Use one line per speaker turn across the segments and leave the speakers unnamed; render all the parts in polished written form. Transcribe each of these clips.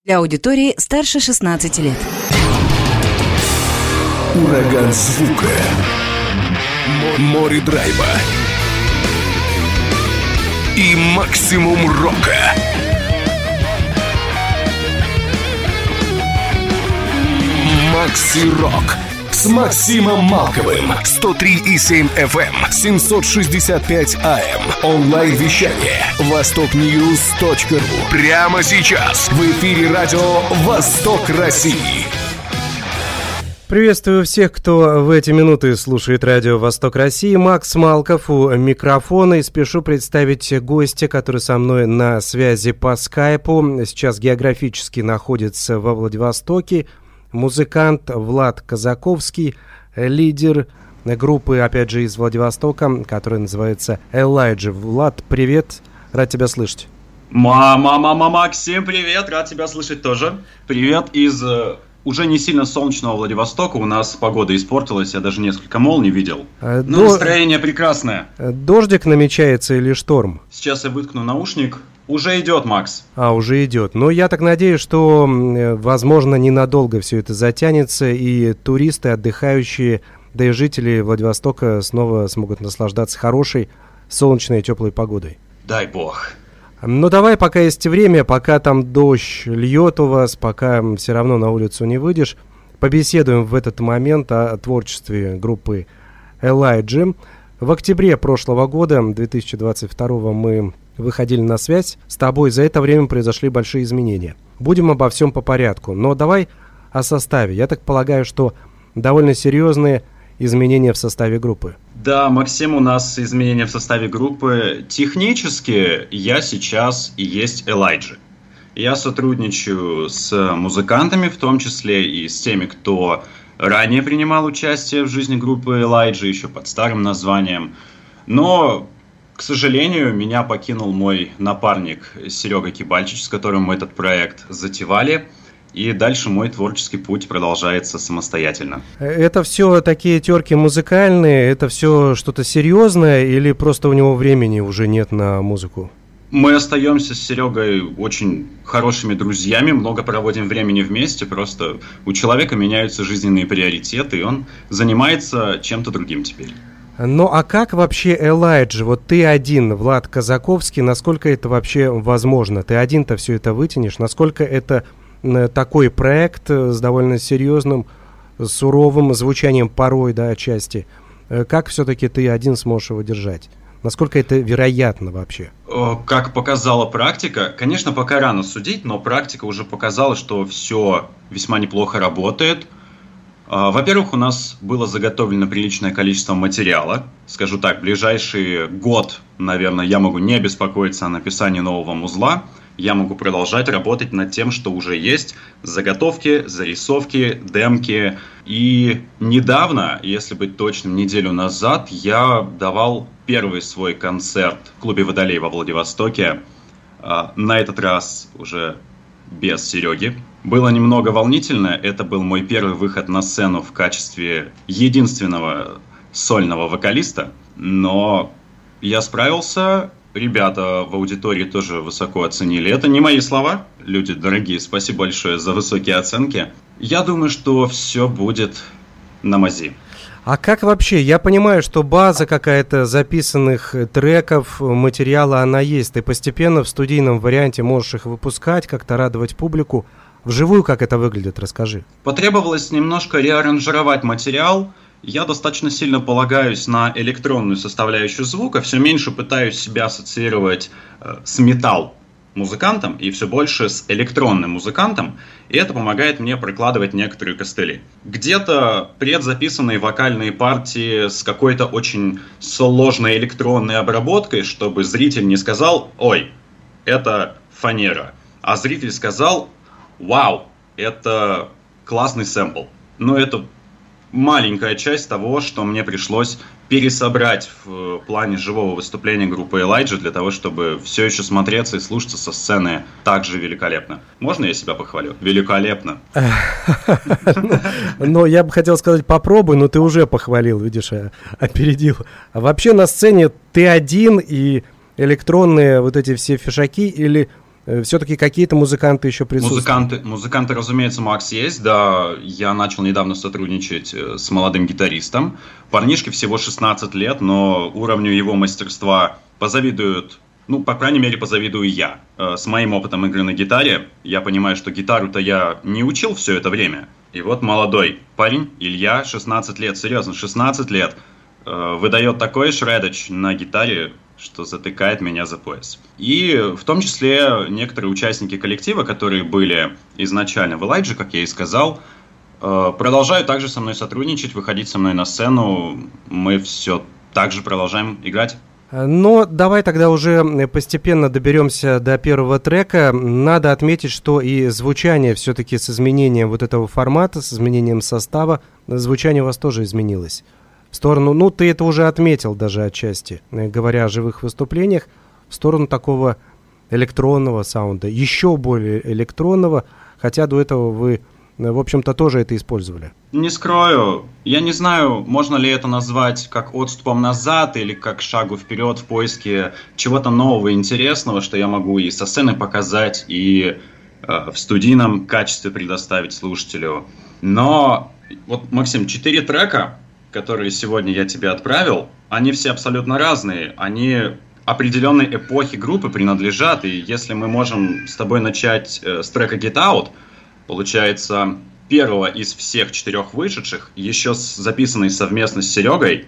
Для аудитории старше 16 лет.
Ураган звука. Море драйва. И максимум рока. Макси Рок с Максимом Малковым. 103,7 FM, 765 AM. Онлайн-вещание востокньюз.ру. Прямо сейчас в эфире радио «Восток России».
Приветствую всех, кто в эти минуты слушает радио «Восток России». Макс Малков у микрофона. И спешу представить гостя, который со мной на связи по скайпу. Сейчас географически находится во Владивостоке. Музыкант Влад Казаковский, лидер группы, опять же, из Владивостока, которая называется Элайджа. Влад, привет, рад тебя слышать.
Максим, привет, рад тебя слышать тоже. Привет из уже не сильно солнечного Владивостока. У нас погода испортилась, я даже несколько молний видел. Но настроение прекрасное.
Дождик намечается или шторм?
Сейчас я выткну наушник. Уже идет, Макс.
Уже идет. Но я так надеюсь, что, возможно, ненадолго все это затянется, и туристы, отдыхающие, да и жители Владивостока снова смогут наслаждаться хорошей, солнечной и теплой погодой.
Дай бог.
Ну давай, пока есть время, пока там дождь льет у вас, пока все равно на улицу не выйдешь, побеседуем в этот момент о творчестве группы Элайджа. В октябре прошлого года, 2022, мы выходили на связь с тобой. За это время произошли большие изменения. Будем обо всем по порядку. Но давай о составе. Я так полагаю, что довольно серьезные изменения в составе группы.
Да, Максим, у нас изменения в составе группы. Технически я сейчас и есть Элайджа. Я сотрудничаю с музыкантами, в том числе и с теми, кто ранее принимал участие в жизни группы Элайджа, еще под старым названием. Но, к сожалению, меня покинул мой напарник Серега Кибальчич, с которым мы этот проект затевали. И дальше мой творческий путь продолжается самостоятельно. Это
все такие терки музыкальные, это все что-то серьезное или просто у него времени уже нет на музыку?
Мы остаемся с Серегой очень хорошими друзьями, много проводим времени вместе, просто у человека меняются жизненные приоритеты, и он занимается чем-то другим теперь.
Ну а как вообще Элайджа? Вот ты один, Влад Казаковский, насколько это вообще возможно? Ты один-то все это вытянешь? Насколько это такой проект с довольно серьезным, суровым звучанием порой, да, отчасти? Как все-таки ты один сможешь его держать? Насколько это вероятно вообще?
Как показала практика, конечно, пока рано судить, но практика уже показала, что все весьма неплохо работает. Во-первых, у нас было заготовлено приличное количество материала. Скажу так, ближайший год, наверное, я могу не беспокоиться о написании нового музла. Я могу продолжать работать над тем, что уже есть. Заготовки, зарисовки, демки. И недавно, если быть точным, неделю назад, я давал первый свой концерт в клубе «Водолей» во Владивостоке. На этот раз уже без Сереги. Было немного волнительно. Это был мой первый выход на сцену в качестве единственного сольного вокалиста. Но я справился. Ребята в аудитории тоже высоко оценили. Это не мои слова. Люди дорогие, спасибо большое за высокие оценки. Я думаю, что все будет на мази.
А как вообще? Я понимаю, что база какая-то записанных треков, материала, она есть. Ты постепенно в студийном варианте можешь их выпускать, как-то радовать публику. Вживую как это выглядит? Расскажи.
Потребовалось немножко реаранжировать материал. Я достаточно сильно полагаюсь на электронную составляющую звука, все меньше пытаюсь себя ассоциировать с метал-музыкантом и все больше с электронным музыкантом, и это помогает мне прокладывать некоторые костыли. Где-то предзаписанные вокальные партии с какой-то очень сложной электронной обработкой, чтобы зритель не сказал «Ой, это фанера», а зритель сказал «Вау, это классный сэмпл». Но это маленькая часть того, что мне пришлось пересобрать в плане живого выступления группы Элайджа для того, чтобы все еще смотреться и слушаться со сцены так же великолепно. Можно я себя похвалю? Великолепно.
Но я бы хотел сказать попробуй, но ты уже похвалил, видишь, опередил. А вообще на сцене ты один и электронные вот эти все фишаки или все-таки какие-то музыканты еще присутствуют?
Музыканты, разумеется, Макс, есть, да. Я начал недавно сотрудничать с молодым гитаристом. Парнишке всего 16 лет, но уровню его мастерства позавидуют, по крайней мере, позавидую я. С моим опытом игры на гитаре я понимаю, что гитару-то я не учил все это время. И вот молодой парень, Илья, 16 лет, серьезно, 16 лет, выдает такой шреддж на гитаре, что затыкает меня за пояс. И в том числе некоторые участники коллектива, которые были изначально в Elijah, как я и сказал, продолжают также со мной сотрудничать, выходить со мной на сцену. Мы все так же продолжаем играть.
Но давай тогда уже постепенно доберемся до первого трека. Надо отметить, что и звучание все-таки с изменением вот этого формата, с изменением состава, звучание у вас тоже изменилось. В сторону, ты это уже отметил даже отчасти, говоря о живых выступлениях, в сторону такого электронного саунда, еще более электронного, хотя до этого вы, в общем-то, тоже это использовали.
Не скрою, я не знаю, можно ли это назвать как отступом назад или как шагу вперед в поиске чего-то нового и интересного, что я могу и со сцены показать, и в студийном качестве предоставить слушателю. Но вот, Максим, 4 трека, которые сегодня я тебе отправил, они все абсолютно разные. Они определенной эпохе группы принадлежат. И если мы можем с тобой начать с трека Get Out, получается, первого из всех 4 вышедших, еще записанный совместно с Серегой,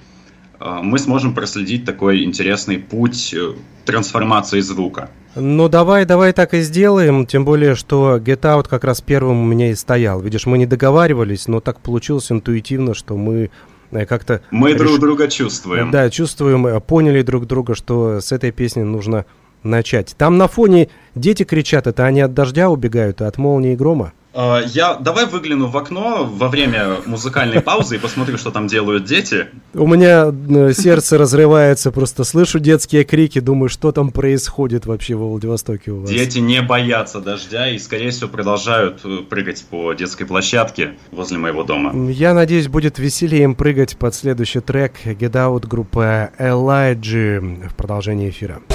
мы сможем проследить такой интересный путь трансформации звука.
Давай так и сделаем, тем более, что Get Out как раз первым у меня и стоял. Видишь, мы не договаривались, но так получилось интуитивно, что мы как-то...
Мы друг друга чувствуем.
Да, чувствуем, поняли друг друга, что с этой песни нужно начать. Там на фоне дети кричат, это они от дождя убегают, а от молнии и грома?
Давай выгляну в окно во время музыкальной паузы и посмотрю, что там делают дети.
У меня сердце разрывается, просто слышу детские крики, думаю, что там происходит вообще во Владивостоке у вас.
Дети не боятся дождя и, скорее всего, продолжают прыгать по детской площадке возле моего дома.
Я надеюсь, будет веселее им прыгать под следующий трек Get Out группы Elijah в продолжении эфира.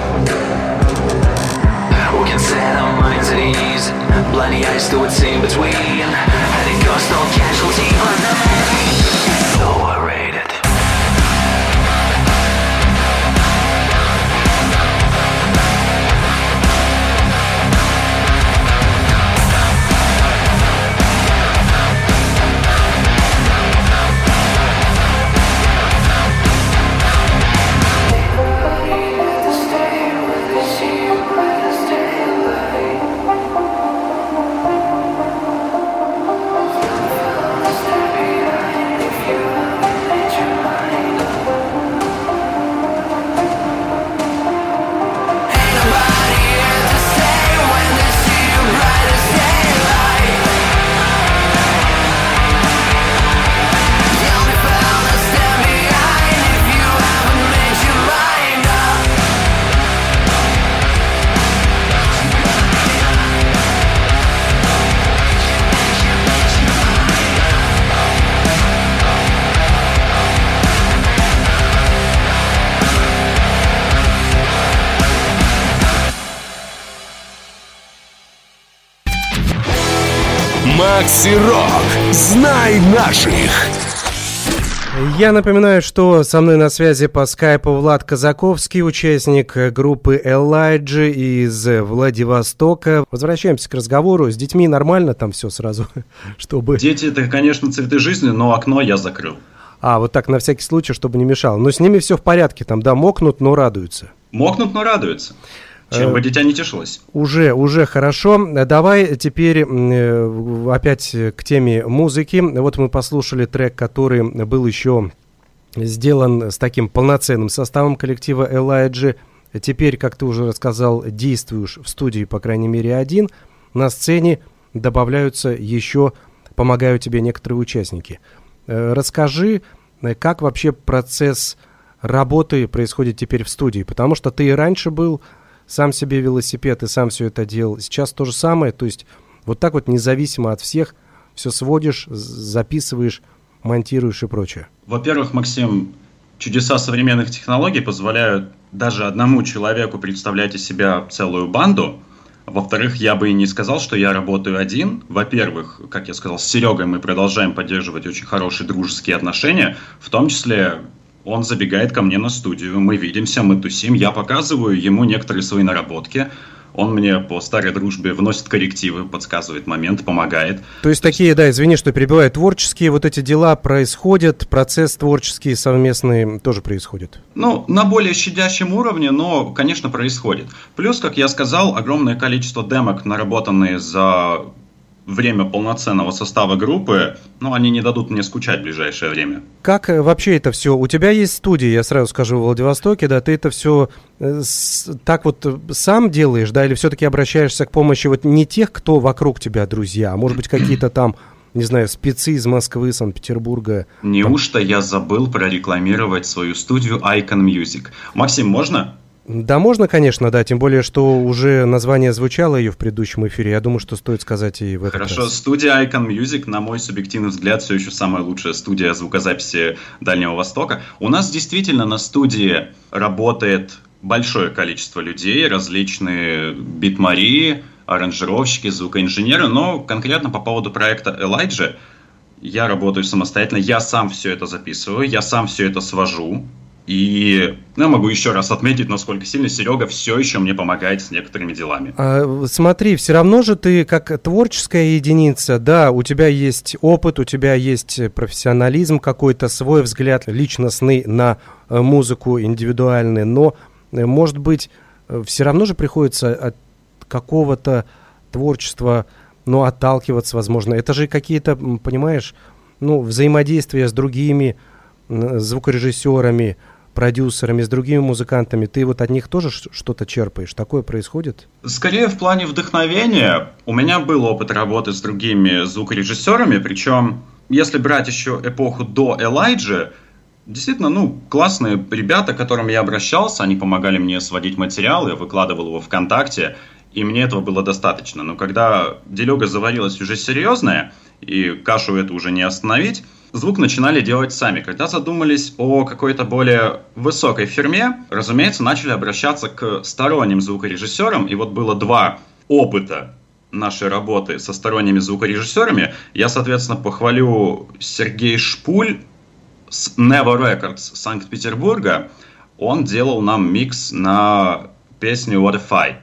Plenty ice to what's in between.
Макси Рок. Знай наших.
Я напоминаю, что со мной на связи по скайпу Влад Казаковский, участник группы Elijah из Владивостока. Возвращаемся к разговору. С детьми нормально там все сразу? Чтобы...
Дети — это, конечно, цветы жизни, но окно я закрыл.
Вот так на всякий случай, чтобы не мешало. Но с ними все в порядке, там, да, мокнут, но радуются.
Мокнут, но радуются. Чем бы дитя не тешилось.
Уже хорошо. Давай теперь опять к теме музыки. Вот мы послушали трек, который был еще сделан с таким полноценным составом коллектива Elijah. Теперь, как ты уже рассказал, действуешь в студии, по крайней мере, один. На сцене добавляются еще, помогают тебе некоторые участники. Расскажи, как вообще процесс работы происходит теперь в студии, потому что ты и раньше был сам себе велосипед и сам все это делал. Сейчас то же самое, то есть вот так вот независимо от всех все сводишь, записываешь, монтируешь и прочее.
Во-первых, Максим, чудеса современных технологий позволяют даже одному человеку представлять из себя целую банду. Во-вторых, я бы и не сказал, что я работаю один. Во-первых, как я сказал, с Серегой мы продолжаем поддерживать очень хорошие дружеские отношения, в том числе... Он забегает ко мне на студию, мы видимся, мы тусим, я показываю ему некоторые свои наработки. Он мне по старой дружбе вносит коррективы, подсказывает момент, помогает.
То есть такие, да, извини, что перебиваю, творческие вот эти дела происходят, процесс творческий совместный тоже происходит?
Ну, на более щадящем уровне, но, конечно, происходит. Плюс, как я сказал, огромное количество демок, наработанные за... время полноценного состава группы, но они не дадут мне скучать в ближайшее время.
Как вообще это все? У тебя есть студия, я сразу скажу, в Владивостоке, да, ты это все так вот сам делаешь, да, или все-таки обращаешься к помощи вот не тех, кто вокруг тебя друзья, а может быть какие-то там, не знаю, спецы из Москвы, Санкт-Петербурга?
Неужто я забыл прорекламировать свою студию Icon Music? Максим, можно?
Да, можно, конечно, да, тем более, что уже название звучало ее в предыдущем эфире, я думаю, что стоит сказать и в этот раз.
Хорошо, студия Icon Music, на мой субъективный взгляд, все еще самая лучшая студия звукозаписи Дальнего Востока. У нас действительно на студии работает большое количество людей, различные битмари, аранжировщики, звукоинженеры, но конкретно по поводу проекта Elijah я работаю самостоятельно, я сам все это записываю, я сам все это свожу. И я могу еще раз отметить, насколько сильно Серега все еще мне помогает с некоторыми делами.
Смотри, все равно же ты как творческая единица, да, у тебя есть опыт, у тебя есть профессионализм какой-то, свой взгляд личностный на музыку, индивидуальный, но, может быть, все равно же приходится от какого-то творчества, ну, отталкиваться, возможно. Это же какие-то, понимаешь, ну, взаимодействия с другими звукорежиссерами, продюсерами, с другими музыкантами, ты вот от них тоже что-то черпаешь? Такое происходит?
Скорее в плане вдохновения. У меня был опыт работы с другими звукорежиссерами, причем, если брать еще эпоху до Elijah, действительно, ну, классные ребята, к которым я обращался, они помогали мне сводить материал, я выкладывал его ВКонтакте, и мне этого было достаточно. Но когда делега заварилась уже серьезная, и кашу эту уже не остановить, звук начинали делать сами. Когда задумались о какой-то более высокой фирме, разумеется, начали обращаться к сторонним звукорежиссерам. И вот было 2 опыта нашей работы со сторонними звукорежиссерами. Я, соответственно, похвалю Сергей Шпуль с Never Records Санкт-Петербурга. Он делал нам микс на песню What If I.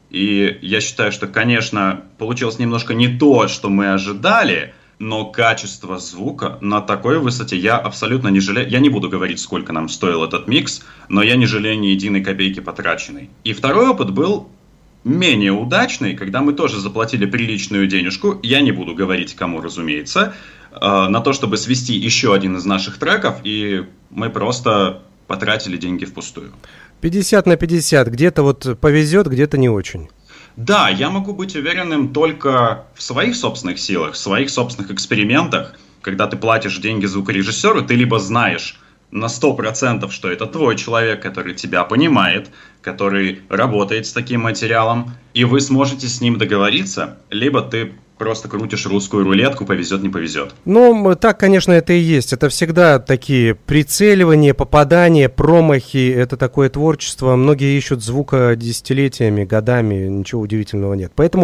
И я считаю, что, конечно, получилось немножко не то, что мы ожидали, но качество звука на такой высоте я абсолютно не жалею. Я не буду говорить, сколько нам стоил этот микс, но я не жалею ни единой копейки потраченной. И второй опыт был менее удачный, когда мы тоже заплатили приличную денежку, я не буду говорить кому, разумеется, на то, чтобы свести еще один из наших треков, и мы просто потратили деньги впустую.
50 на 50, где-то вот повезет, где-то не очень.
Да, я могу быть уверенным только в своих собственных силах, в своих собственных экспериментах. Когда ты платишь деньги звукорежиссеру, ты либо знаешь на 100%, что это твой человек, который тебя понимает, который работает с таким материалом, и вы сможете с ним договориться, либо ты просто крутишь русскую рулетку, повезет, не повезет.
Ну, так, конечно, это и есть. Это всегда такие прицеливания, попадания, промахи. Это такое творчество. Многие ищут звука десятилетиями, годами. Ничего удивительного нет. Поэтому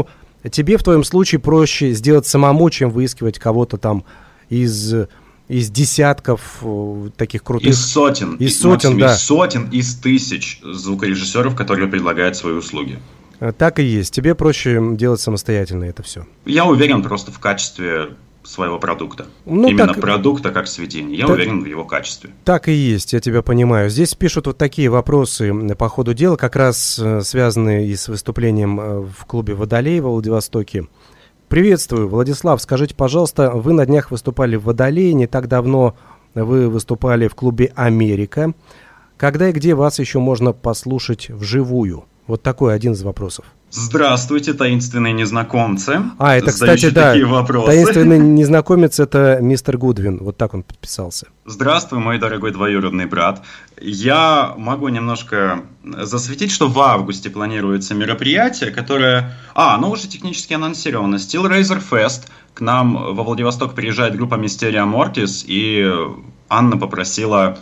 тебе в твоем случае проще сделать самому, чем выискивать кого-то там из десятков таких крутых...
Из сотен,
Максим, да.
Из сотен, из тысяч звукорежиссеров, которые предлагают свои услуги.
Так и есть. Тебе проще делать самостоятельно это все.
Я уверен просто в качестве своего продукта. Именно продукта как сведения. Я уверен в его качестве.
Так и есть, я тебя понимаю. Здесь пишут вот такие вопросы по ходу дела, как раз связанные и с выступлением в клубе «Водолей» в Владивостоке. Приветствую, Владислав. Скажите, пожалуйста, вы на днях выступали в «Водолее», не так давно вы выступали в клубе «Америка». Когда и где вас еще можно послушать вживую? Вот такой один из вопросов.
Здравствуйте, таинственные незнакомцы.
Это, кстати, да,
такие вопросы.
Таинственный незнакомец – это мистер Гудвин, вот так он подписался.
Здравствуй, мой дорогой двоюродный брат. Я могу немножко засветить, что в августе планируется мероприятие, которое... оно уже технически анонсировано. Steel Razor Fest. К нам во Владивосток приезжает группа Mysteria Mortis, и Анна попросила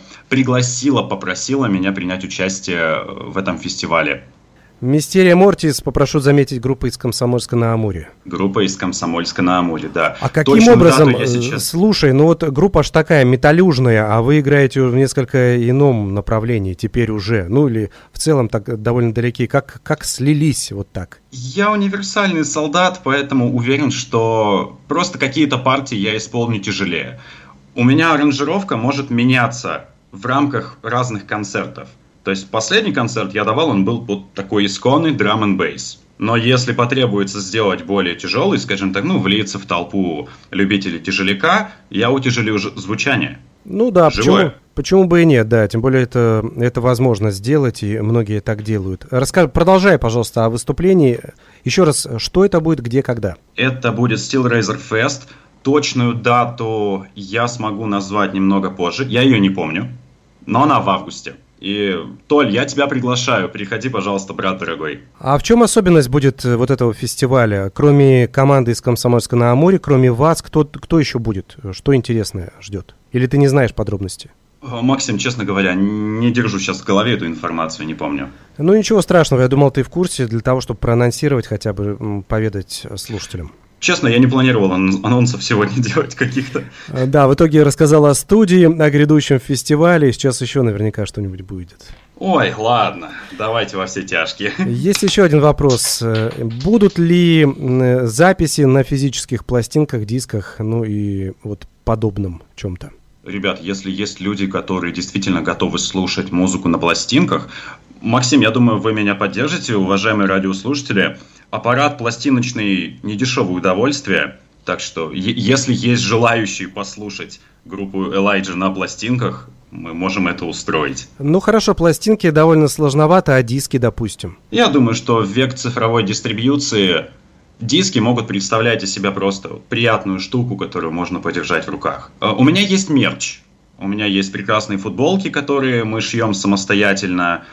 меня принять участие в этом фестивале.
Mysteria Mortis, попрошу заметить, группа из Комсомольска-на-Амуре.
Группа из Комсомольска-на-Амуре, да.
А каким точную образом, слушай, вот группа аж такая металлюжная, а вы играете в несколько ином направлении теперь уже, или в целом так довольно далеки, как слились вот так?
Я универсальный солдат, поэтому уверен, что просто какие-то партии я исполню тяжелее. У меня аранжировка может меняться в рамках разных концертов. То есть последний концерт я давал, он был под такой исконный драм-н-бейс. Но если потребуется сделать более тяжелый, скажем так, влиться в толпу любителей тяжеляка, я утяжелю звучание.
Да, почему бы и нет, да, тем более это возможно сделать, и многие так делают. Продолжай, пожалуйста, о выступлении. Еще раз, что это будет, где, когда?
Это будет Steel Razor Fest. Точную дату я смогу назвать немного позже, я ее не помню, но она в августе. И, Толь, я тебя приглашаю, приходи, пожалуйста, брат дорогой.
А в чем особенность будет вот этого фестиваля? Кроме команды из Комсомольска-на-Амуре, кроме вас, кто еще будет? Что интересное ждет? Или ты не знаешь подробностей?
Максим, честно говоря, не держу сейчас в голове эту информацию, не помню.
Ничего страшного, я думал, ты в курсе, для того, чтобы проанонсировать, хотя бы поведать слушателям.
Честно, я не планировал анонсов сегодня делать каких-то.
Да, в итоге рассказал о студии, о грядущем фестивале. Сейчас еще наверняка что-нибудь будет.
Ой, ладно, давайте во все тяжкие.
Есть еще один вопрос. Будут ли записи на физических пластинках, дисках, и вот подобном чем-то?
Ребят, если есть люди, которые действительно готовы слушать музыку на пластинках, Максим, я думаю, вы меня поддержите, уважаемые радиослушатели. Аппарат пластиночный – недешевое удовольствие, так что если есть желающие послушать группу Elijah на пластинках, мы можем это устроить.
Хорошо, пластинки довольно сложновато, а диски, допустим?
Я думаю, что в век цифровой дистрибьюции диски могут представлять из себя просто приятную штуку, которую можно подержать в руках. У меня есть мерч, у меня есть прекрасные футболки, которые мы шьем самостоятельно.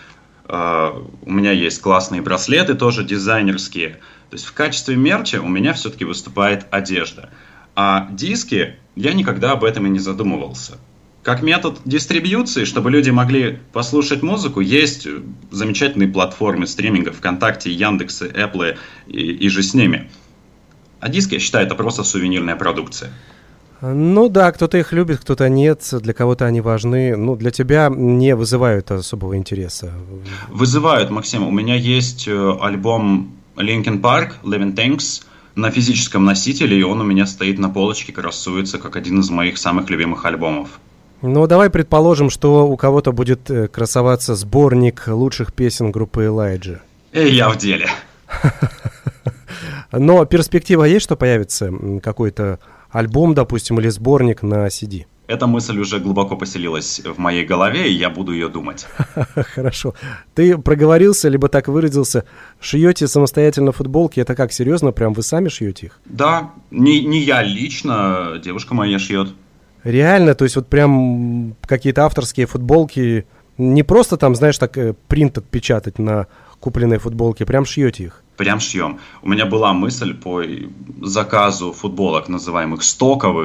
У меня есть классные браслеты, тоже дизайнерские. То есть в качестве мерча у меня все-таки выступает одежда. А диски, я никогда об этом и не задумывался. Как метод дистрибьюции, чтобы люди могли послушать музыку, есть замечательные платформы стриминга ВКонтакте, Яндексы, Apple и же с ними. А диски, я считаю, это просто сувенирная продукция.
Да, кто-то их любит, кто-то нет, для кого-то они важны. Для тебя не вызывают особого интереса.
Вызывают, Максим. У меня есть альбом Linkin Park, Living Things, на физическом носителе, и он у меня стоит на полочке, красуется, как один из моих самых любимых альбомов.
Давай предположим, что у кого-то будет красоваться сборник лучших песен группы Elijah.
Я в деле.
Но перспектива есть, что появится какой-то альбом, допустим, или сборник на CD?
Эта мысль уже глубоко поселилась в моей голове, и я буду ее думать.
Хорошо. Ты проговорился, либо так выразился. Шьете самостоятельно футболки? Это как, серьезно? Прям вы сами шьете их?
Да, не я лично, девушка моя шьет.
Реально? То есть вот прям какие-то авторские футболки, не просто там, знаешь, так принт отпечатать на купленной футболке, прям шьете их?
Прям шьем. У меня была мысль по заказу футболок, называемых стоковых,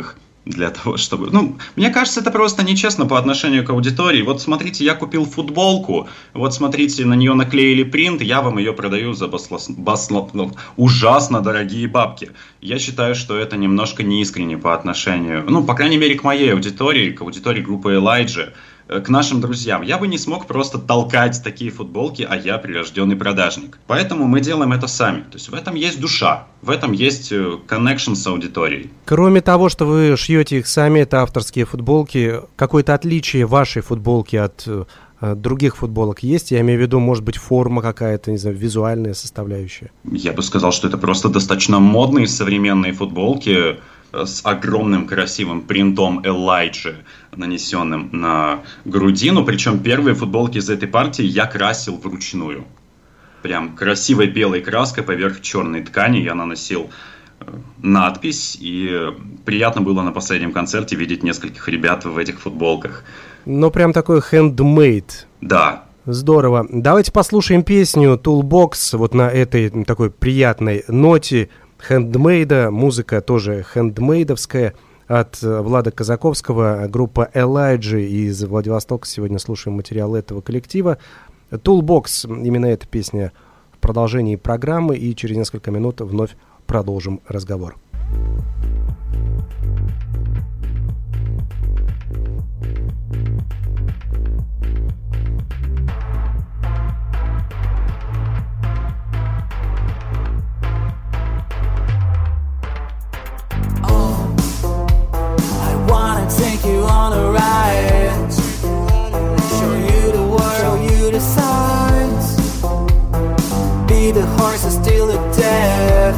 для того, чтобы... мне кажется, это просто нечестно по отношению к аудитории. Вот смотрите, я купил футболку, вот смотрите, на нее наклеили принт, я вам ее продаю за ужасно дорогие бабки. Я считаю, что это немножко неискренне по отношению, по крайней мере, к моей аудитории, к аудитории группы Elijah, к нашим друзьям. Я бы не смог просто толкать такие футболки, а я прирожденный продажник. Поэтому мы делаем это сами. То есть в этом есть душа, в этом есть коннекшн с аудиторией.
Кроме того, что вы шьете их сами, это авторские футболки, какое-то отличие вашей футболки от других футболок есть? Я имею в виду, может быть, форма какая-то, не знаю, визуальная составляющая.
Я бы сказал, что это просто достаточно модные современные футболки с огромным красивым принтом Elijah, нанесенным на грудину. Причем первые футболки из этой партии я красил вручную. Прям красивой белой краской поверх черной ткани я наносил надпись. И приятно было на последнем концерте видеть нескольких ребят в этих футболках.
Прям такой handmade.
Да.
Здорово. Давайте послушаем песню Toolbox вот на этой такой приятной ноте. Хендмейда, музыка тоже хендмейдовская от Влада Казаковского, группа Elijah из Владивостока. Сегодня слушаем материал этого коллектива. Toolbox, именно эта песня в продолжении программы, и через несколько минут вновь продолжим разговор.
Take you on a ride, show you the world, show you the signs. Be the horse and steal the dead,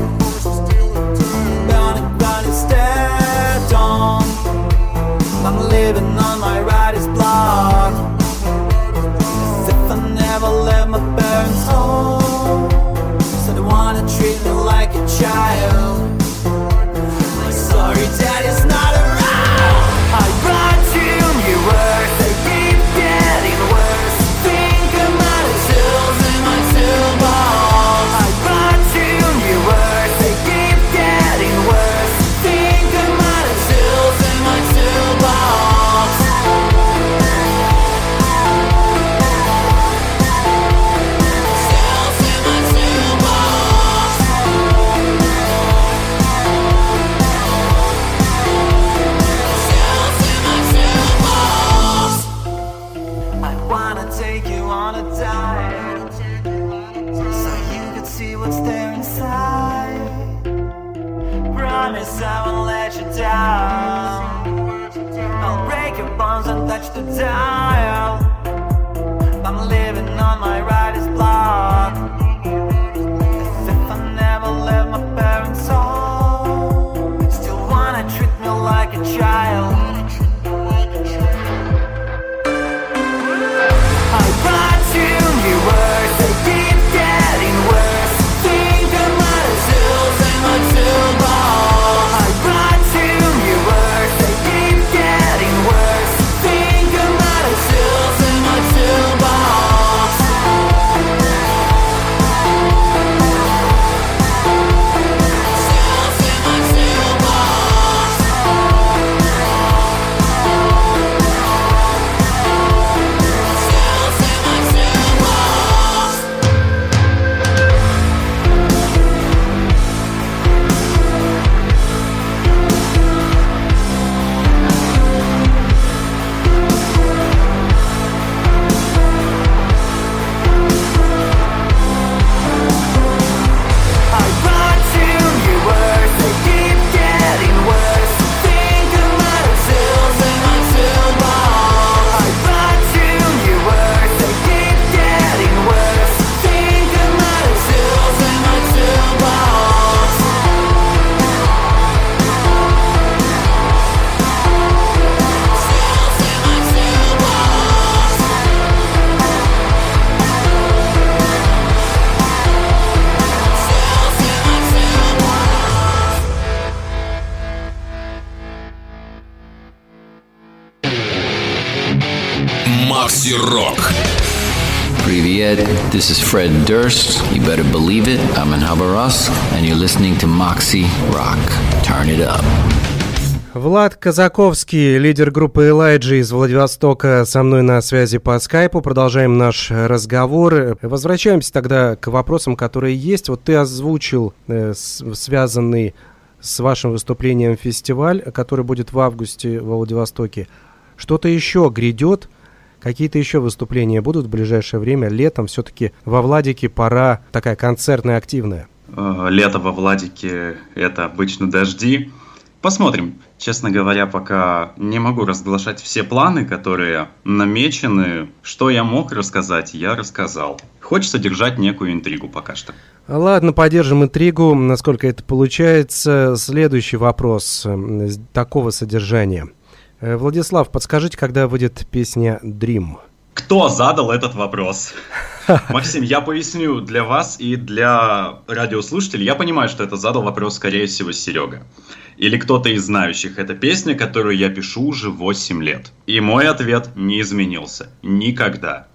bound instead on. I'm living on my rider's block, as if I never left my parents' home. So they wanna treat me like a child. Sorry, daddy's not around. I brought you new words, they keep getting worse. Think of my tools in my toolbox. I brought you new words, they keep getting worse. Think of my tools in my toolbox. Tools in my toolbox. I wanna take you on a dive, so you could see what's there inside. Promise I won't let you down. I'll break your bones and touch the dial. I'm living on my rider's block, as if I never left my parents' home. Still wanna treat me like a child. I brought you new words, they keep getting worse. Think of my tools in my toolbox. I brought you new words, they keep getting worse. Think of my tools in my toolbox. Tools in my toolbox. I brought you new words, they keep getting worse. Think of my tools in my toolbox. I brought you new words, they keep getting worse. Think of my tools in my toolbox. Tools in my toolbox. Tools in my toolbox.
Макси Рок.
Привет, this is Fred Durst. You better believe it, I'm in Habarovsk, and you're listening to Moxie Rock. Turn it up.
Влад Казаковский, лидер группы Elijah из Владивостока, со мной на связи по скайпу. Продолжаем наш разговор. Возвращаемся тогда к вопросам, которые есть. Вот ты озвучил связанный с вашим выступлением фестиваль, который будет в августе во Владивостоке. Что-то еще грядет? Какие-то еще выступления будут в ближайшее время? Летом все-таки во Владике пора такая концертная, активная.
Лето во Владике – это обычно дожди. Посмотрим. Честно говоря, пока не могу разглашать все планы, которые намечены. Что я мог рассказать, я рассказал. Хочется держать некую интригу пока что.
Ладно, поддержим интригу, насколько это получается. Следующий вопрос такого содержания. Владислав, подскажите, когда выйдет песня «Dream»?
Кто задал этот вопрос? Максим, я поясню для вас и для радиослушателей. Я понимаю, что это задал вопрос, скорее всего, Серега. Или кто-то из знающих. Это песня, которую я пишу уже 8 лет. И мой ответ не изменился. Никогда.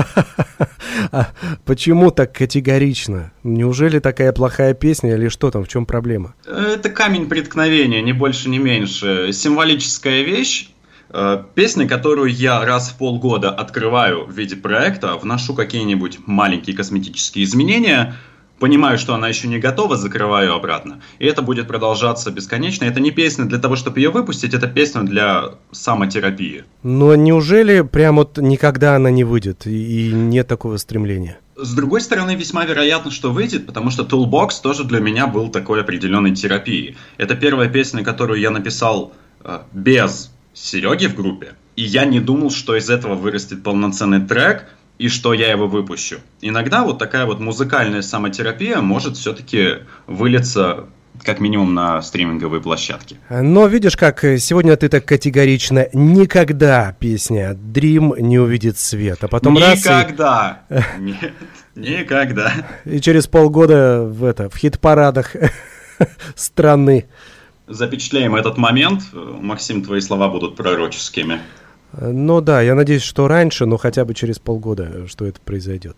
Почему так категорично? Неужели такая плохая песня или что там, в чем проблема?
Это камень преткновения, ни больше, ни меньше. Символическая вещь. Песня, которую я раз в полгода открываю в виде проекта, вношу какие-нибудь маленькие косметические изменения, понимаю, что она еще не готова, закрываю обратно. И это будет продолжаться бесконечно. Это не песня для того, чтобы ее выпустить, это песня для самотерапии.
Но неужели прям вот никогда она не выйдет и нет такого стремления?
С другой стороны, весьма вероятно, что выйдет, потому что Toolbox тоже для меня был такой определенной терапией. Это первая песня, которую я написал без Сереги в группе, и я не думал, что из этого вырастет полноценный трек, и что я его выпущу. Иногда вот такая вот музыкальная самотерапия может все-таки вылиться как минимум на стриминговые площадки.
Но видишь, как сегодня ты так категорично: никогда песня «Dream» не увидит свет, а потом
никогда! Нет, никогда.
И через полгода в хит-парадах страны.
Запечатляем этот момент. Максим, твои слова будут пророческими.
Ну да, я надеюсь, что раньше, но хотя бы через полгода, что это произойдет.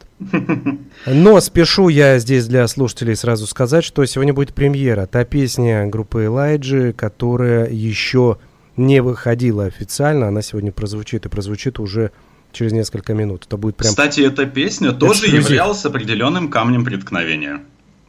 Но спешу я здесь для слушателей сразу сказать, что сегодня будет премьера. Та песня группы Elijah, которая еще не выходила официально, она сегодня прозвучит, и прозвучит уже через несколько минут. Это будет прям...
Кстати, эта песня тоже являлась определенным камнем преткновения.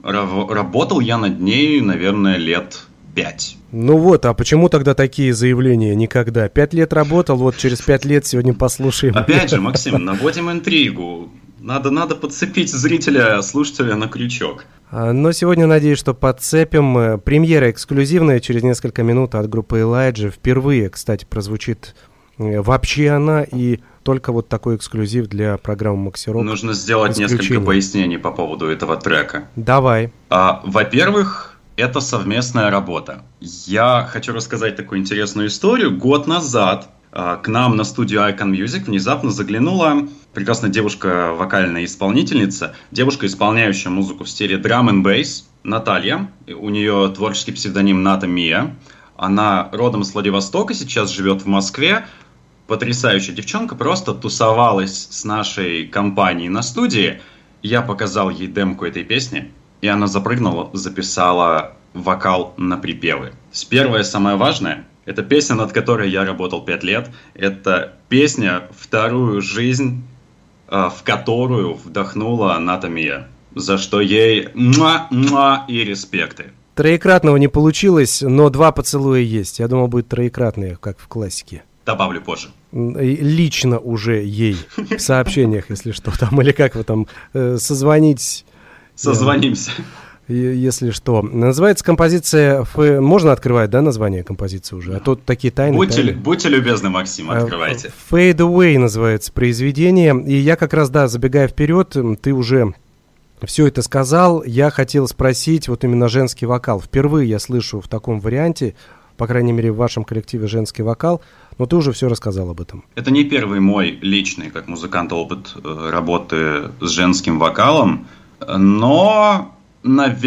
Работал я над ней, наверное, лет 5.
Ну вот, а почему тогда такие заявления никогда? 5 лет работал, вот через 5 лет сегодня послушаем.
Опять же, Максим, наводим интригу. Надо подцепить зрителя, слушателя на крючок.
Но сегодня, надеюсь, что подцепим. Премьера эксклюзивная через несколько минут от группы Elijah. Впервые, кстати, прозвучит вообще она, и только вот такой эксклюзив для программы Макси Рок.
Нужно сделать несколько пояснений по поводу этого трека.
Давай.
Во-первых, это совместная работа. Я хочу рассказать такую интересную историю. Год назад к нам на студию Icon Music внезапно заглянула прекрасная девушка, вокальная исполнительница, девушка, исполняющая музыку в стиле Drum and Bass, Наталья. У нее творческий псевдоним Ната Мия. Она родом с Владивостока, сейчас живет в Москве. Потрясающая девчонка, просто тусовалась с нашей компанией на студии. Я показал ей демку этой песни. И она запрыгнула, записала вокал на припевы. Первое, самое важное, это песня, над которой я работал 5 лет. Это песня «Вторую жизнь», в которую вдохнула Ната Мия. За что ей муа-муа и респекты.
Троекратного не получилось, но 2 поцелуя есть. Я думал, будет троекратные, как в классике.
Добавлю позже.
Лично уже ей в сообщениях, если что там, или как вы там, созвонитесь.
Созвонимся.
Если что. Называется композиция... Можно открывать, да, название композиции уже? А то такие тайны.
Будьте любезны, Максим, открывайте.
Fade Away называется произведение. И я как раз, да, забегая вперед, ты уже все это сказал. Я хотел спросить вот именно женский вокал. Впервые я слышу в таком варианте, по крайней мере, в вашем коллективе женский вокал. Но ты уже все рассказал об этом.
Это не первый мой личный, как музыкант, опыт работы с женским вокалом. Но,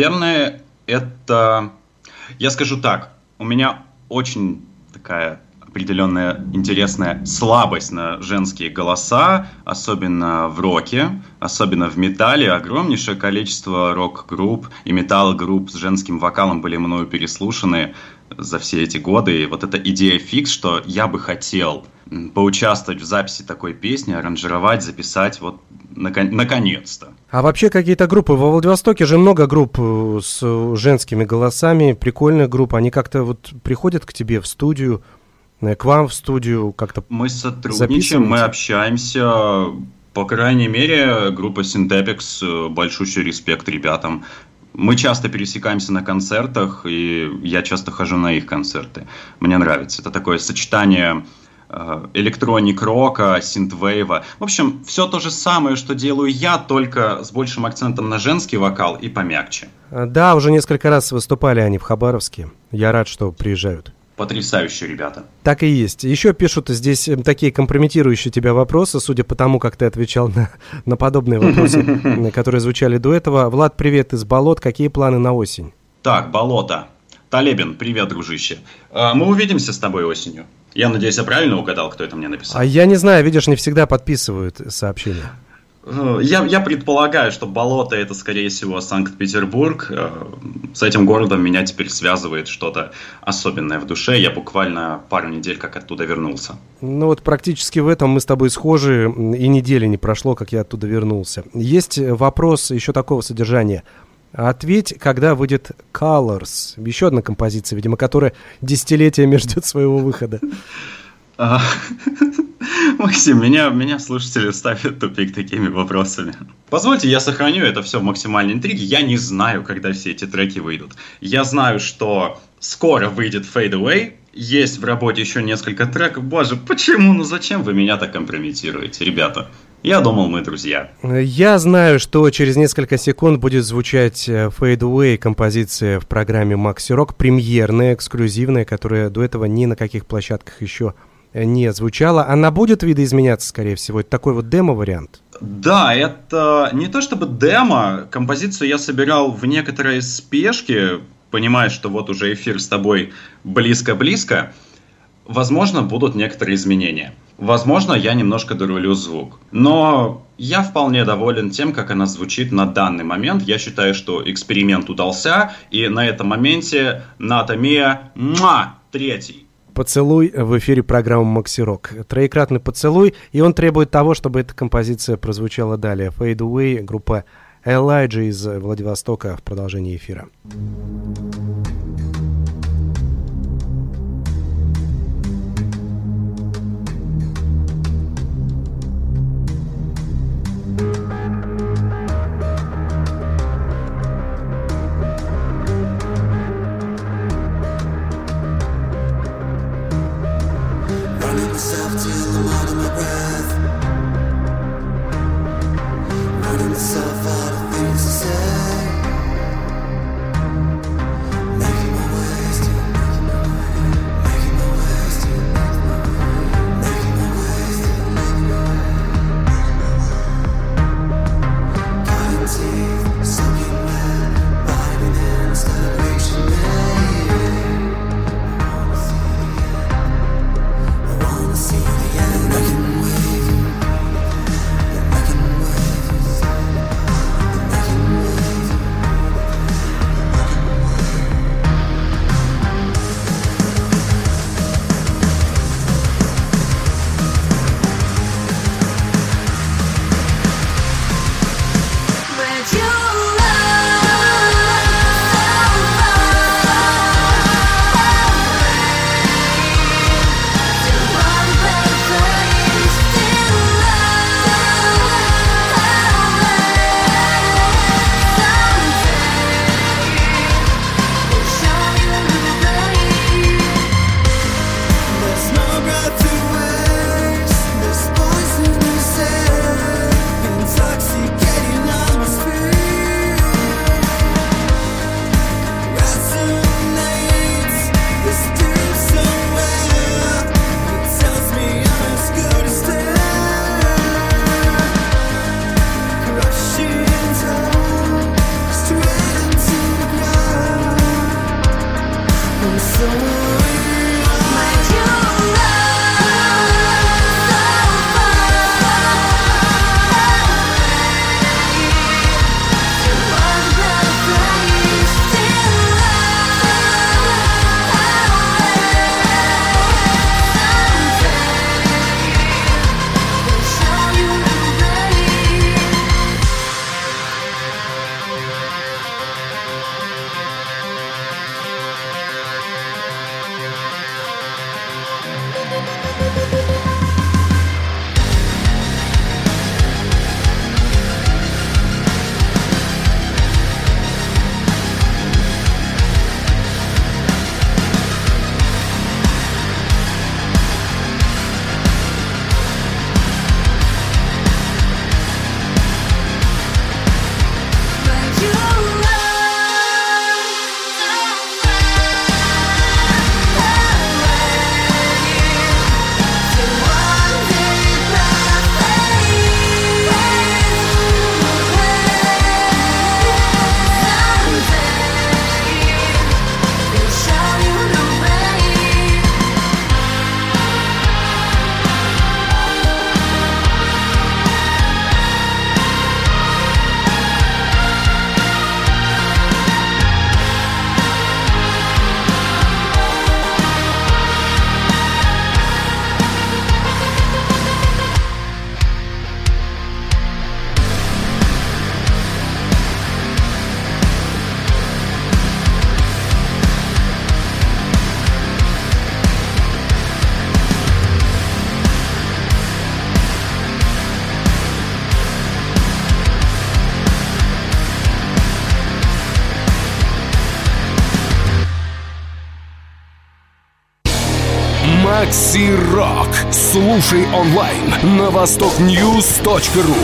наверное, это... Я скажу так, у меня очень такая определенная интересная слабость на женские голоса, особенно в роке, особенно в металле. Огромнейшее количество рок-групп и металл-групп с женским вокалом были мною переслушаны за все эти годы. И вот эта идея фикс, что я бы хотел поучаствовать в записи такой песни, аранжировать, записать, вот наконец-то.
А вообще какие-то группы? Во Владивостоке же много групп с женскими голосами, прикольных групп. Они как-то вот приходят к тебе в студию, к вам в студию как-то
мы сотрудничаем, мы общаемся. По крайней мере, группа Synthepix, большущий респект ребятам. Мы часто пересекаемся на концертах, и я часто хожу на их концерты. Мне нравится. Это такое сочетание электроник-рока, синтвейва. В общем, все то же самое, что делаю я, только с большим акцентом на женский вокал и помягче.
Да, уже несколько раз выступали они в Хабаровске. Я рад, что приезжают.
Потрясающие ребята.
Так и есть. Еще пишут здесь такие компрометирующие тебя вопросы, судя по тому, как ты отвечал на подобные вопросы, которые звучали до этого. Влад, привет из Болот. Какие планы на осень?
Так, Болото. Талебин, привет, дружище. Мы увидимся с тобой осенью. Я надеюсь, я правильно угадал, кто это мне написал?
А я не знаю, видишь, не всегда подписывают сообщения.
Я предполагаю, что Болото — это, скорее всего, Санкт-Петербург. С этим городом меня теперь связывает что-то особенное в душе. Я буквально пару недель как оттуда вернулся.
Ну вот практически в этом мы с тобой схожи, и недели не прошло, как я оттуда вернулся. Есть вопрос еще такого содержания. Ответь, когда выйдет Colors. Еще одна композиция, видимо, которая десятилетиями ждет своего выхода.
Максим, меня слушатели ставят в тупик такими вопросами. Позвольте, я сохраню это все в максимальной интриге. Я не знаю, когда все эти треки выйдут. Я знаю, что скоро выйдет Fade Away. Есть в работе еще несколько треков. Боже, почему? Ну зачем вы меня так компрометируете, ребята? Я думал, мы друзья.
Я знаю, что через несколько секунд будет звучать Fade Away, композиция в программе Maxi Rock, премьерная, эксклюзивная, которая до этого ни на каких площадках еще не звучала. Она будет видоизменяться, скорее всего? Это такой вот демо-вариант?
Да, это не то чтобы демо. Композицию я собирал в некоторой спешке, понимая, что вот уже эфир с тобой близко-близко. Возможно, будут некоторые изменения. Возможно, я немножко дорулю звук. Но я вполне доволен тем, как она звучит на данный момент. Я считаю, что эксперимент удался. И на этом моменте Ната Мия, третий.
Поцелуй в эфире программы Maxi Rock. Троекратный поцелуй, и он требует того, чтобы эта композиция прозвучала далее. Fade Away, группа Elijah из Владивостока в продолжении эфира.
See
Макси Рок. Слушай онлайн на востокньюз.ру.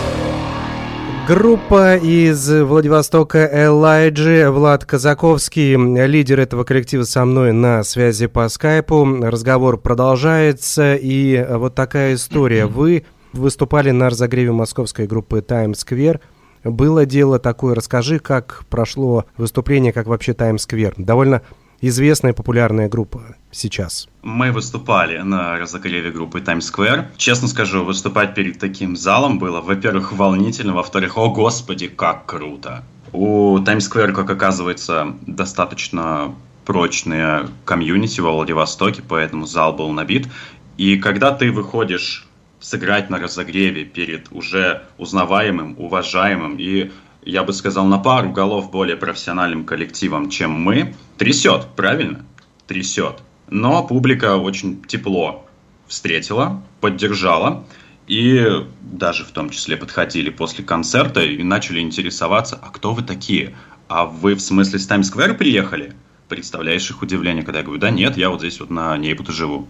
Группа из Владивостока Элайджи, Влад Казаковский, лидер этого коллектива, со мной на связи по скайпу. Разговор продолжается, и вот такая история. Вы выступали на разогреве московской группы Times Square. Было дело такое. Расскажи, как прошло выступление, как вообще Times Square. Довольно известная и популярная группа сейчас.
Мы выступали на разогреве группы Times Square. Честно скажу, выступать перед таким залом было, во-первых, волнительно, во-вторых, о господи, как круто. У Times Square, как оказывается, достаточно прочные комьюнити во Владивостоке, поэтому зал был набит. И когда ты выходишь сыграть на разогреве перед уже узнаваемым, уважаемым и, я бы сказал, на пару голов более профессиональным коллективом, чем мы, трясет, правильно? Трясет. Но публика очень тепло встретила, поддержала, и даже в том числе подходили после концерта и начали интересоваться, а кто вы такие? А вы в смысле с Times Square приехали? Представляешь их удивление, когда я говорю, да нет, я вот здесь вот на Нейбуте живу.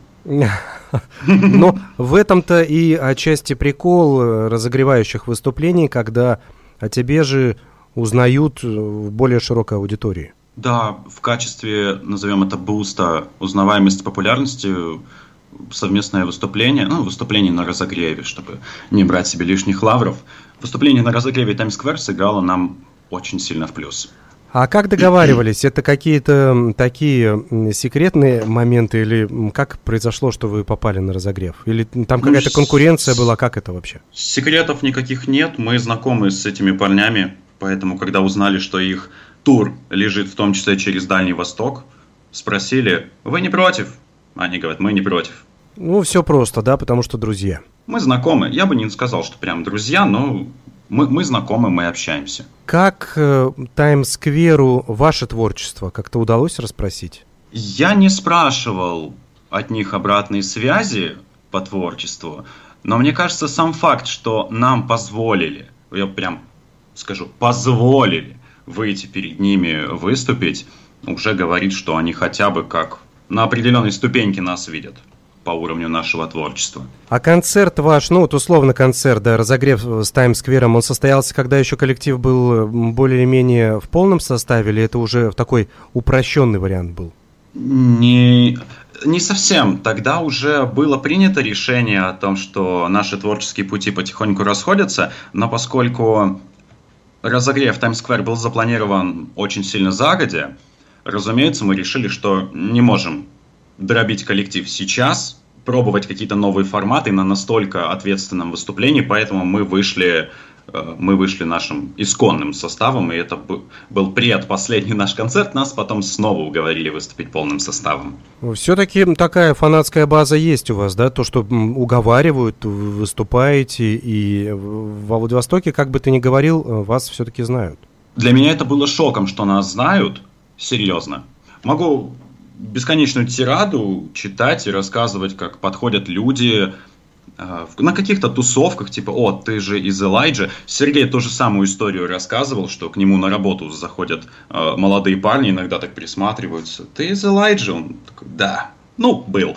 Но в этом-то и отчасти прикол разогревающих выступлений, когда о тебе же узнают в более широкой аудитории.
Да, в качестве, назовем это, буста узнаваемости, популярности, совместное выступление, выступление на разогреве, чтобы не брать себе лишних лавров. Выступление на разогреве Times Square сыграло нам очень сильно в плюс.
А как договаривались? Это какие-то такие секретные моменты, или как произошло, что вы попали на разогрев? Или там какая-то конкуренция была? Как это вообще?
Секретов никаких нет. Мы знакомы с этими парнями, поэтому, когда узнали, что их тур лежит в том числе через Дальний Восток, спросили, вы не против? Они говорят, мы не против.
Все просто, да, потому что друзья.
Мы знакомы. Я бы не сказал, что прям друзья, но мы знакомы, мы общаемся.
Как Times Square ваше творчество? Как-то удалось расспросить?
Я не спрашивал от них обратной связи по творчеству, но мне кажется, сам факт, что нам позволили, я прям скажу, позволили выйти перед ними, выступить, уже говорит, что они хотя бы как на определенной ступеньке нас видят по уровню нашего творчества. А
концерт ваш, условно концерт, да, разогрев с Times Square, он состоялся, когда еще коллектив был более-менее в полном составе, или это уже такой упрощенный вариант был?
Не совсем. Тогда уже было принято решение о том, что наши творческие пути потихоньку расходятся, но поскольку разогрев Times Square был запланирован очень сильно загодя, разумеется, мы решили, что не можем дробить коллектив сейчас, пробовать какие-то новые форматы на настолько ответственном выступлении, поэтому мы вышли нашим исконным составом, и это был предпоследний наш концерт, нас потом снова уговорили выступить полным составом.
Все-таки такая фанатская база есть у вас, да, то, что уговаривают, выступаете, и во Владивостоке, как бы ты ни говорил, вас все-таки знают.
Для меня это было шоком, что нас знают, серьезно. Могу бесконечную тираду читать и рассказывать, как подходят люди на каких-то тусовках, типа, ты же из Элайджи. Сергей ту же самую историю рассказывал, что к нему на работу заходят молодые парни, иногда так присматриваются. Ты из Элайджи? Он такой, да, был.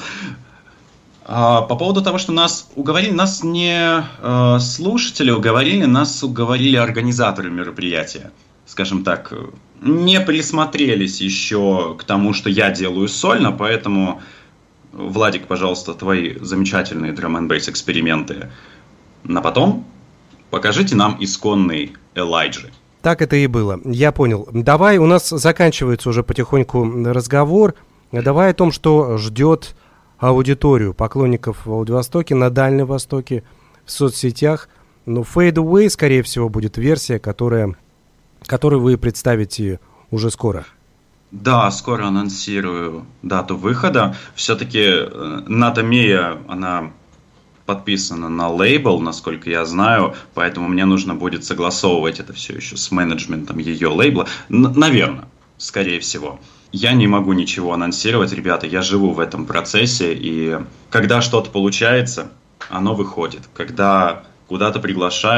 По поводу того, что нас уговорили, нас не слушатели уговорили, нас уговорили организаторы мероприятия. Скажем так, не присмотрелись еще к тому, что я делаю сольно, поэтому, Владик, пожалуйста, твои замечательные драм-н-бейс эксперименты на потом. Покажите нам исконный Элайджи.
Так это и было, я понял. Давай, у нас заканчивается уже потихоньку разговор. Давай о том, что ждет аудиторию поклонников в Владивостоке, на Дальнем Востоке, в соцсетях. Fade Away, скорее всего, будет версия, которую вы представите уже скоро.
Да, скоро анонсирую дату выхода. Все-таки Натамия, она подписана на лейбл, насколько я знаю, поэтому мне нужно будет согласовывать это все еще с менеджментом ее лейбла. Наверное, скорее всего. Я не могу ничего анонсировать, ребята, я живу в этом процессе, и когда что-то получается, оно выходит. Когда куда-то приглашают,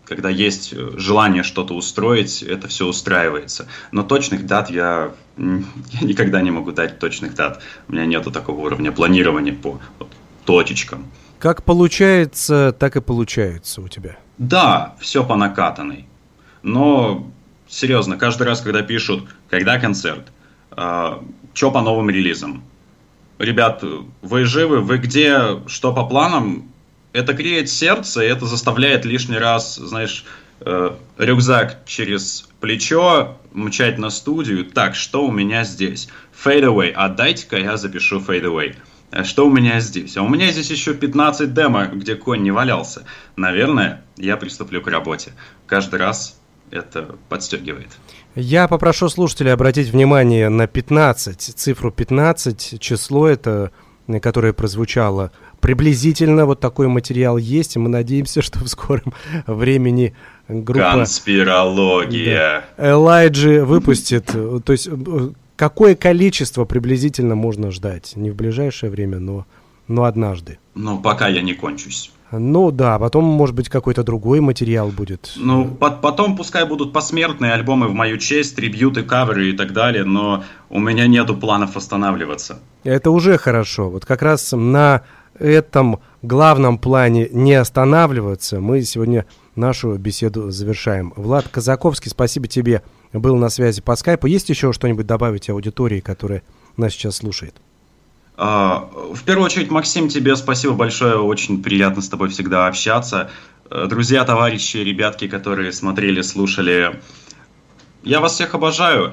когда есть желание что-то устроить, это все устраивается. Но точных дат я никогда не могу дать точных дат. У меня нету такого уровня планирования по точечкам.
Как получается, так и получается у тебя.
Да, все по накатанной. Но, серьезно, каждый раз, когда пишут, когда концерт, что по новым релизам. Ребят, вы живы? Вы где? Что по планам? Это греет сердце, и это заставляет лишний раз, знаешь, рюкзак через плечо мчать на студию. Так, что у меня здесь? Fade Away. Отдайте-ка я запишу Fade Away. Что у меня здесь? А у меня здесь еще 15 демо, где конь не валялся. Наверное, я приступлю к работе. Каждый раз это подстегивает.
Я попрошу слушателей обратить внимание на 15, цифру 15, число это, которое прозвучало. Приблизительно вот такой материал есть, и мы надеемся, что в скором времени группа...
Конспирология.
Да, Элайджи выпустит, то есть какое количество приблизительно можно ждать? Не в ближайшее время, но однажды.
Ну, пока я не кончусь.
Ну да, потом, может быть, какой-то другой материал будет.
Ну, потом пускай будут посмертные альбомы в мою честь, трибьюты, каверы и так далее, но у меня нету планов останавливаться.
Это уже хорошо. Вот как раз на этом главном плане не останавливаться мы сегодня нашу беседу завершаем. Влад Казаковский, спасибо тебе, был на связи по скайпу. Есть еще что-нибудь добавить аудитории, которая нас сейчас слушает?
В первую очередь, Максим, тебе спасибо большое, очень приятно с тобой всегда общаться. Друзья, товарищи, ребятки, которые смотрели, слушали, я вас всех обожаю.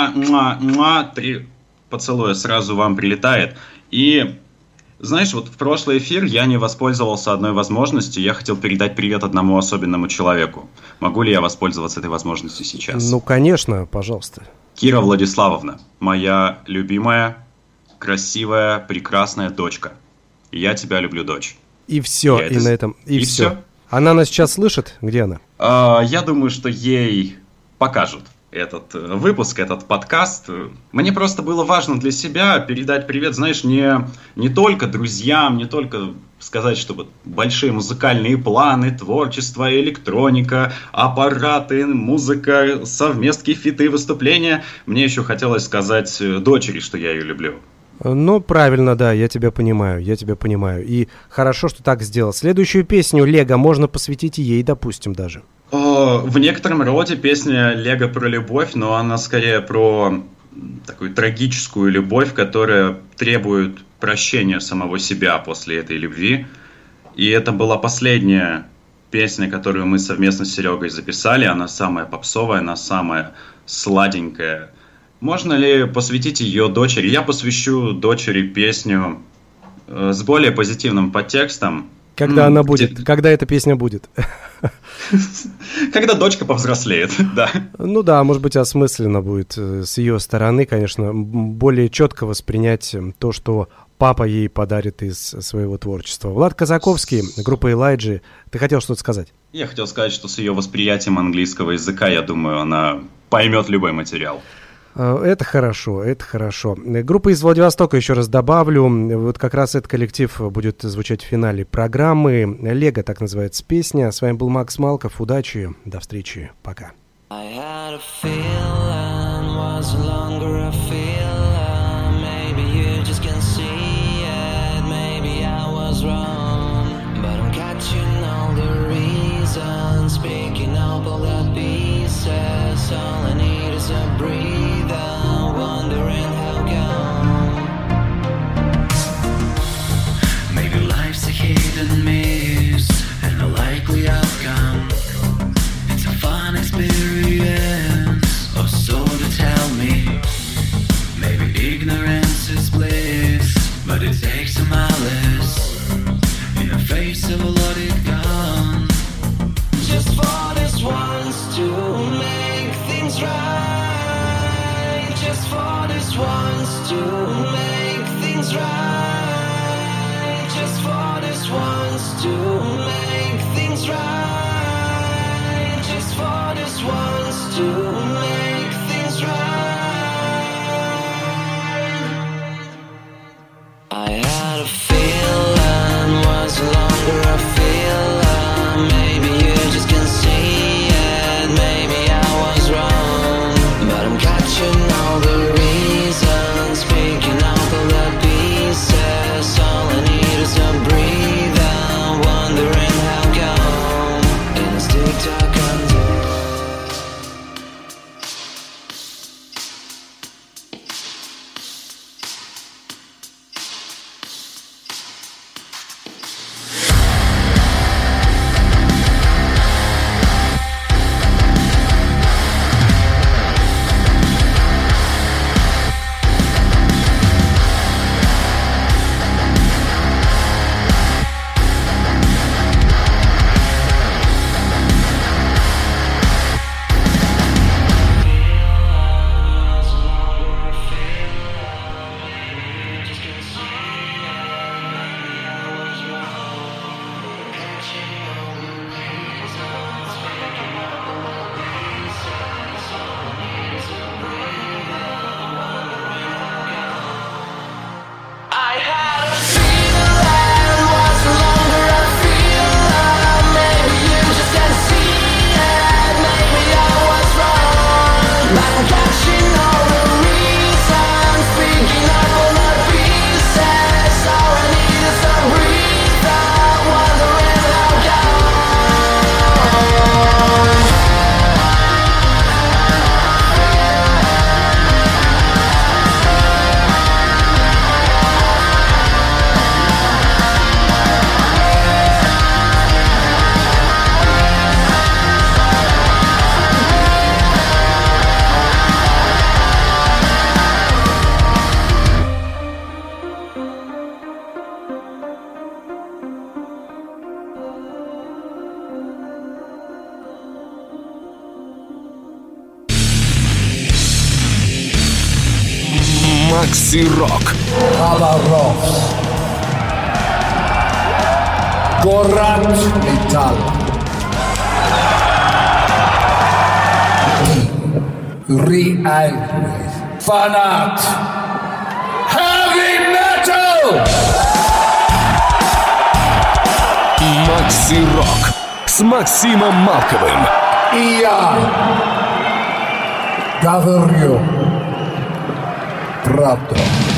3 поцелуя сразу вам прилетает. И, знаешь, вот в прошлый эфир я не воспользовался одной возможностью, я хотел передать привет одному особенному человеку. Могу ли я воспользоваться этой возможностью сейчас?
Ну, конечно, пожалуйста.
Кира Владиславовна, моя любимая, красивая, прекрасная дочка. Я тебя люблю, дочь.
И все, и на этом, и все. Она нас сейчас слышит? Где она?
Я думаю, что ей покажут этот выпуск, этот подкаст. Мне просто было важно для себя передать привет, знаешь, не только друзьям, не только сказать, что большие музыкальные планы, творчество, электроника, аппараты, музыка, совместки, фиты, выступления. Мне еще хотелось сказать дочери, что я ее люблю.
Ну, правильно, да, я тебя понимаю. И хорошо, что так сделал. Следующую песню «Лего» можно посвятить ей, допустим, даже.
В некотором роде песня «Лего» про любовь, но она скорее про такую трагическую любовь, которая требует прощения самого себя после этой любви. И это была последняя песня, которую мы совместно с Серегой записали. Она самая попсовая, она самая сладенькая. Можно ли посвятить ее дочери? Я посвящу дочери песню с более позитивным подтекстом.
Когда она будет? Когда эта песня будет?
Когда дочка повзрослеет, да.
Ну да, может быть, осмысленно будет с ее стороны, конечно, более четко воспринять то, что папа ей подарит из своего творчества. Влад Казаковский, группа Элайджи. Ты хотел что-то сказать?
Я хотел сказать, что с ее восприятием английского языка, я думаю, она поймет любой материал.
Это хорошо, это хорошо. Группа из Владивостока, еще раз добавлю, вот как раз этот коллектив будет звучать в финале программы. «Лего» так называется песня. С вами был Макс Малков. Удачи, до встречи, пока.
And a likely outcome. It's a fun experience, or so to tell me. Maybe ignorance is bliss, but it takes some malice in the face of a loaded gun. Just for this once to make things right. Just for this once to make things right. Just for this once to make things right. Just for this once to make things right. I had a feeling was longer a
Макси Рок.
Хабаровск. Город металла. Реальный фанат. Heavy Metal!
Макси Рок с Максимом Малковым.
И я говорю правду.